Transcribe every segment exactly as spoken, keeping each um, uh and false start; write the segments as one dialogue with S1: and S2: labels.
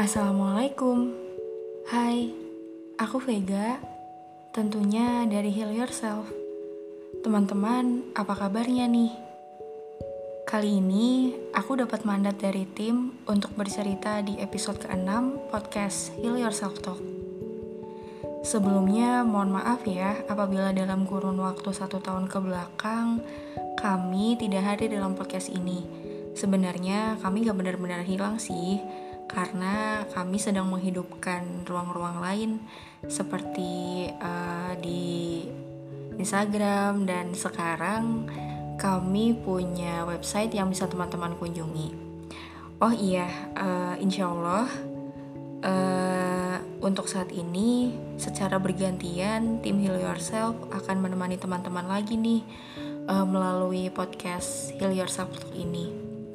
S1: Assalamualaikum. Hai, aku Vega. Tentunya dari Heal Yourself. Teman-teman, apa kabarnya nih? Kali ini aku dapat mandat dari tim untuk bercerita di episode keenam podcast Heal Yourself Talk. Sebelumnya mohon maaf ya apabila dalam kurun waktu satu tahun ke belakang kami tidak hadir dalam podcast ini. Sebenarnya kami gak benar-benar hilang sih, karena kami sedang menghidupkan ruang-ruang lain seperti uh, di Instagram, dan sekarang kami punya website yang bisa teman-teman kunjungi. Oh iya, uh, insya Allah uh, untuk saat ini secara bergantian tim Heal Yourself akan menemani teman-teman lagi nih uh, melalui podcast Heal Yourself ini.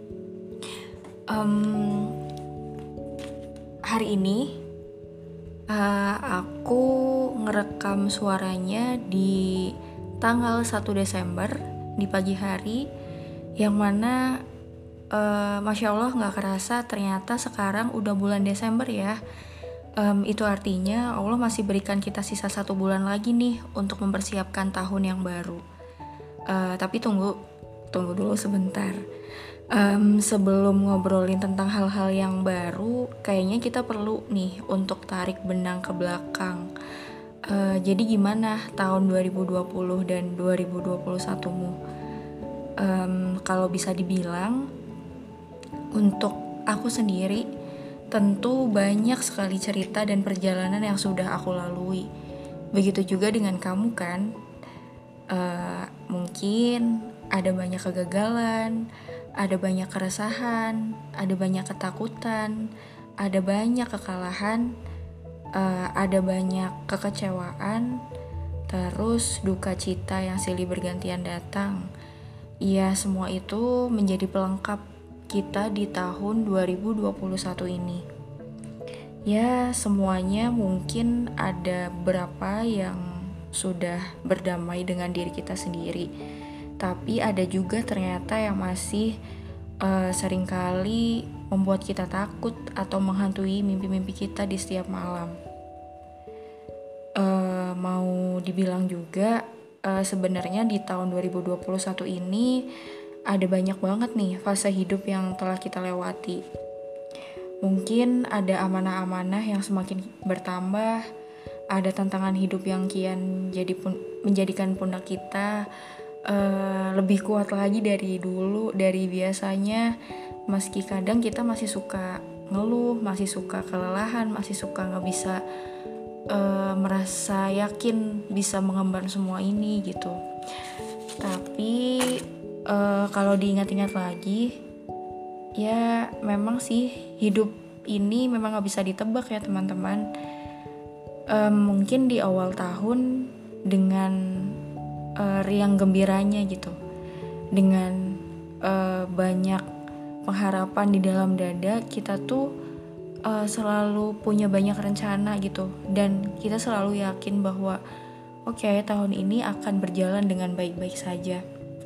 S1: Um, Hari ini uh, aku ngerekam suaranya di tanggal satu Desember di pagi hari, yang mana uh, Masya Allah gak kerasa ternyata sekarang udah bulan Desember ya. um, Itu artinya Allah masih berikan kita sisa satu bulan lagi nih untuk mempersiapkan tahun yang baru. uh, Tapi tunggu, tunggu dulu sebentar. Um, sebelum ngobrolin tentang hal-hal yang baru, kayaknya kita perlu nih untuk tarik benang ke belakang. Uh, jadi gimana tahun dua ribu dua puluh dan dua ribu dua puluh satu-mu? Um, kalau bisa dibilang, untuk aku sendiri, tentu banyak sekali cerita dan perjalanan yang sudah aku lalui. Begitu juga dengan kamu kan? Uh, mungkin ada banyak kegagalan, ada banyak keresahan, ada banyak ketakutan, ada banyak kekalahan, uh, ada banyak kekecewaan, terus duka cita yang silih bergantian datang. Ya, semua itu menjadi pelengkap kita di tahun dua ribu dua puluh satu ini. Ya, semuanya mungkin ada beberapa yang sudah berdamai dengan diri kita sendiri. Tapi ada juga ternyata yang masih uh, seringkali membuat kita takut atau menghantui mimpi-mimpi kita di setiap malam. Uh, mau dibilang juga, uh, sebenarnya di tahun dua ribu dua puluh satu ini ada banyak banget nih fase hidup yang telah kita lewati. Mungkin ada amanah-amanah yang semakin bertambah, ada tantangan hidup yang kian jadi pun, menjadikan pundak kita Uh, lebih kuat lagi dari dulu, dari biasanya. Meski kadang kita masih suka ngeluh, masih suka kelelahan, masih suka gak bisa uh, merasa yakin bisa mengemban semua ini gitu. Tapi uh, kalau diingat-ingat lagi, ya memang sih hidup ini memang gak bisa ditebak ya teman-teman. uh, Mungkin di awal tahun dengan Uh, riang gembiranya gitu, dengan uh, banyak pengharapan di dalam dada, kita tuh uh, selalu punya banyak rencana gitu, dan kita selalu yakin bahwa oke, okay, tahun ini akan berjalan dengan baik-baik saja.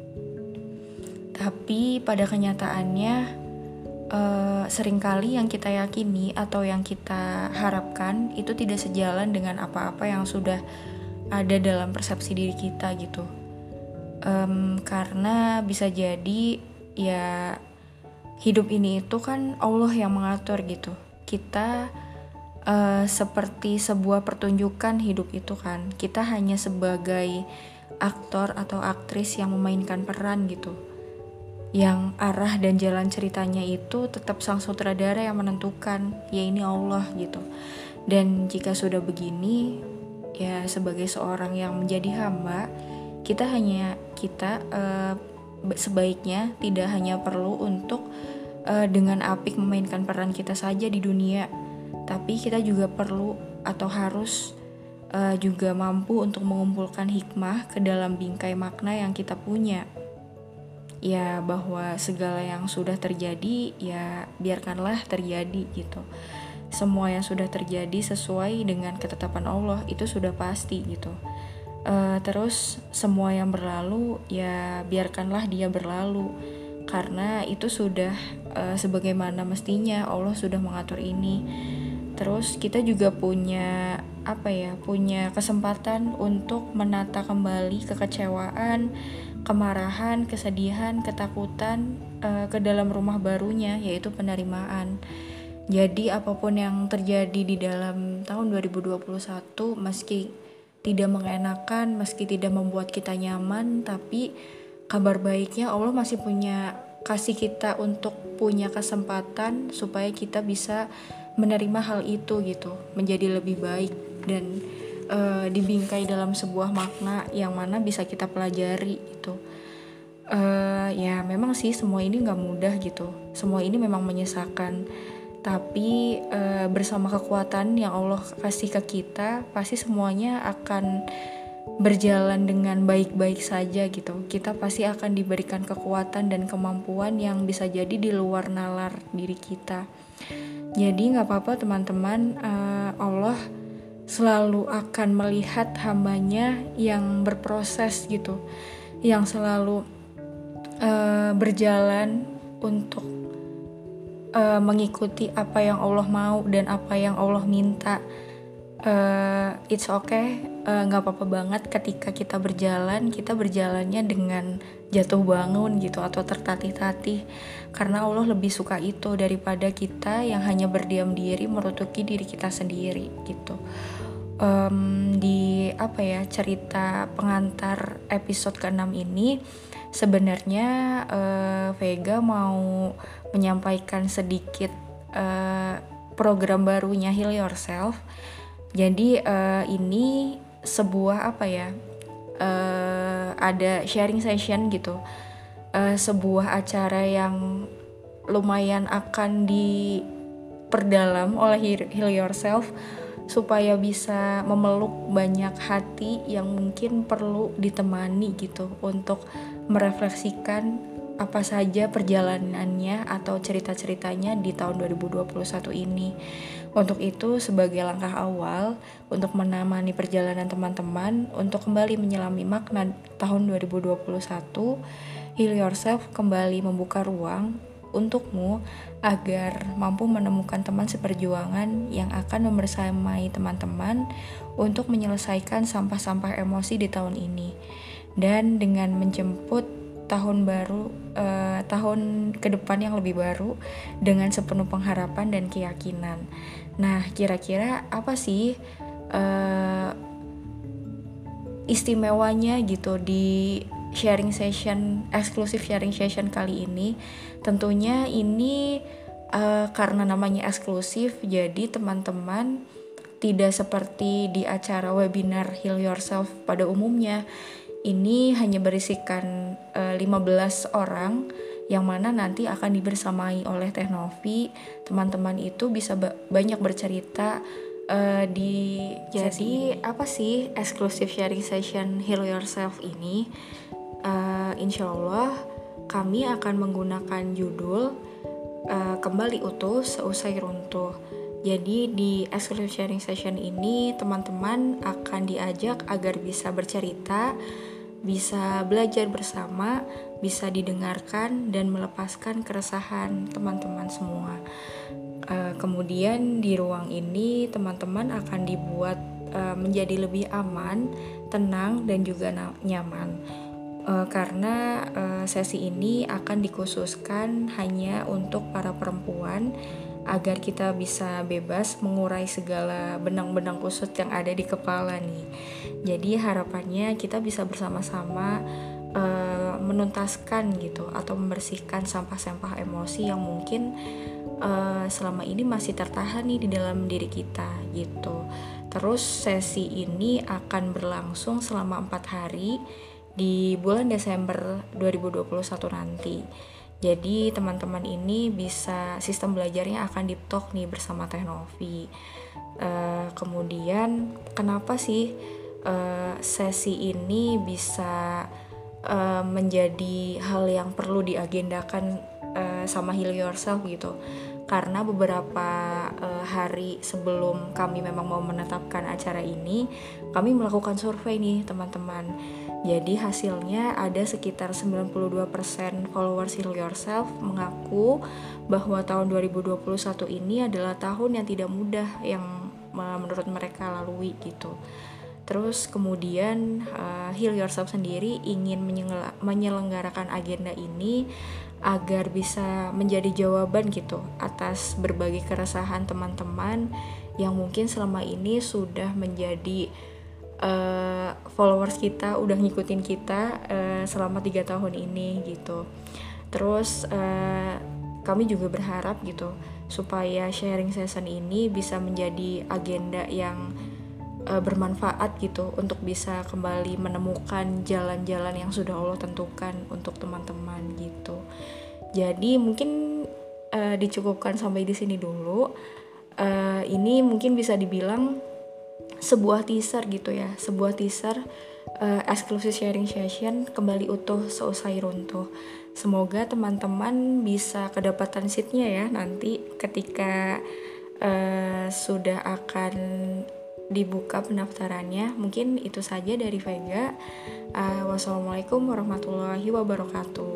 S1: Tapi pada kenyataannya uh, seringkali yang kita yakini atau yang kita harapkan itu tidak sejalan dengan apa-apa yang sudah ada dalam persepsi diri kita gitu. Um, karena bisa jadi ya hidup ini itu kan Allah yang mengatur gitu. Kita uh, seperti sebuah pertunjukan hidup itu kan. Kita hanya sebagai aktor atau aktris yang memainkan peran gitu. Yang arah dan jalan ceritanya itu tetap sang sutradara yang menentukan, ya ini Allah gitu. Dan jika sudah begini, ya sebagai seorang yang menjadi hamba, kita hanya kita uh, sebaiknya tidak hanya perlu untuk uh, dengan apik memainkan peran kita saja di dunia, tapi kita juga perlu atau harus uh, juga mampu untuk mengumpulkan hikmah ke dalam bingkai makna yang kita punya. Ya, bahwa segala yang sudah terjadi ya biarkanlah terjadi gitu. Semua yang sudah terjadi sesuai dengan ketetapan Allah, itu sudah pasti gitu. Uh, terus semua yang berlalu ya biarkanlah dia berlalu. karena itu sudah uh, sebagaimana mestinya Allah sudah mengatur ini. Terus kita juga punya apa ya punya kesempatan untuk menata kembali kekecewaan, kemarahan, kesedihan, ketakutan uh, ke dalam rumah barunya, yaitu penerimaan. Jadi apapun yang terjadi di dalam tahun dua ribu dua puluh satu, meski tidak mengenakan, meski tidak membuat kita nyaman, tapi kabar baiknya Allah masih punya kasih kita untuk punya kesempatan supaya kita bisa menerima hal itu gitu, menjadi lebih baik dan uh, dibingkai dalam sebuah makna yang mana bisa kita pelajari gitu. Uh, ya memang sih semua ini nggak mudah gitu, semua ini memang menyesakan. Tapi e, bersama kekuatan yang Allah kasih ke kita, pasti semuanya akan berjalan dengan baik-baik saja gitu. Kita pasti akan diberikan kekuatan dan kemampuan yang bisa jadi di luar nalar diri kita. Jadi gak apa-apa teman-teman, e, Allah selalu akan melihat hambanya yang berproses gitu, yang selalu e, berjalan untuk Uh, mengikuti apa yang Allah mau dan apa yang Allah minta. uh, It's okay, uh, gak apa-apa banget ketika kita berjalan, kita berjalannya dengan jatuh bangun gitu atau tertatih-tatih, karena Allah lebih suka itu daripada kita yang hanya berdiam diri merutuki diri kita sendiri gitu. Um, di apa ya cerita pengantar episode keenam ini sebenarnya uh, Vega mau menyampaikan sedikit uh, program barunya Heal Yourself. Jadi uh, ini sebuah apa ya uh, ada sharing session gitu, uh, sebuah acara yang lumayan akan diperdalam oleh Heal Yourself supaya bisa memeluk banyak hati yang mungkin perlu ditemani gitu untuk merefleksikan apa saja perjalanannya atau cerita-ceritanya di tahun dua ribu dua puluh satu ini. Untuk itu sebagai langkah awal untuk menemani perjalanan teman-teman untuk kembali menyelami makna tahun dua ribu dua puluh satu, Heal Yourself kembali membuka ruang untukmu agar mampu menemukan teman seperjuangan yang akan membersamai teman-teman untuk menyelesaikan sampah-sampah emosi di tahun ini. Dan dengan menjemput tahun baru, uh, tahun ke depan yang lebih baru dengan sepenuh pengharapan dan keyakinan. Nah, kira-kira apa sih uh, istimewanya gitu di sharing session, eksklusif sharing session kali ini? Tentunya ini uh, karena namanya eksklusif, jadi teman-teman tidak seperti di acara webinar Heal Yourself pada umumnya. Ini hanya berisikan uh, lima belas orang yang mana nanti akan dibersamai oleh Teh Novi. Teman-teman itu bisa ba- banyak bercerita uh, di jadi apa sih exclusive sharing session Heal Yourself ini? Uh, insya Allah kami akan menggunakan judul uh, Kembali Utuh Seusai Runtuh. Jadi di exclusive sharing session ini teman-teman akan diajak agar bisa bercerita, bisa belajar bersama, bisa didengarkan dan melepaskan keresahan teman-teman semua. Uh, kemudian di ruang ini teman-teman akan dibuat uh, menjadi lebih aman, tenang dan juga na- nyaman. Uh, karena uh, sesi ini akan dikhususkan hanya untuk para perempuan agar kita bisa bebas mengurai segala benang-benang kusut yang ada di kepala nih. Jadi harapannya kita bisa bersama-sama uh, menuntaskan gitu atau membersihkan sampah-sampah emosi yang mungkin uh, selama ini masih tertahan nih di dalam diri kita gitu. Terus sesi ini akan berlangsung selama empat hari di bulan Desember dua ribu dua puluh satu nanti. Jadi teman-teman ini bisa sistem belajarnya akan deep talk nih bersama Teh Novi. Uh, kemudian kenapa sih uh, sesi ini bisa uh, menjadi hal yang perlu diagendakan uh, sama Heal Yourself gitu? karena beberapa uh, hari sebelum kami memang mau menetapkan acara ini, kami melakukan survei nih teman-teman. Jadi hasilnya ada sekitar sembilan puluh dua persen followers Heal Yourself mengaku bahwa tahun dua ribu dua puluh satu ini adalah tahun yang tidak mudah yang menurut mereka lalui gitu. Terus kemudian uh, Heal Yourself sendiri ingin menyelenggarakan agenda ini agar bisa menjadi jawaban gitu atas berbagai keresahan teman-teman yang mungkin selama ini sudah menjadi Uh, followers kita, udah ngikutin kita uh, selama tiga tahun ini gitu. Terus uh, kami juga berharap gitu supaya sharing session ini bisa menjadi agenda yang uh, bermanfaat gitu untuk bisa kembali menemukan jalan-jalan yang sudah Allah tentukan untuk teman-teman gitu. Jadi mungkin uh, dicukupkan sampai di sini dulu. Uh, ini mungkin bisa dibilang sebuah teaser gitu ya, sebuah teaser uh, exclusive sharing session kembali utuh seusai runtuh. Semoga teman-teman bisa kedapatan seatnya ya nanti ketika uh, sudah akan dibuka pendaftarannya. Mungkin itu saja dari Vega. Uh, wassalamualaikum warahmatullahi wabarakatuh.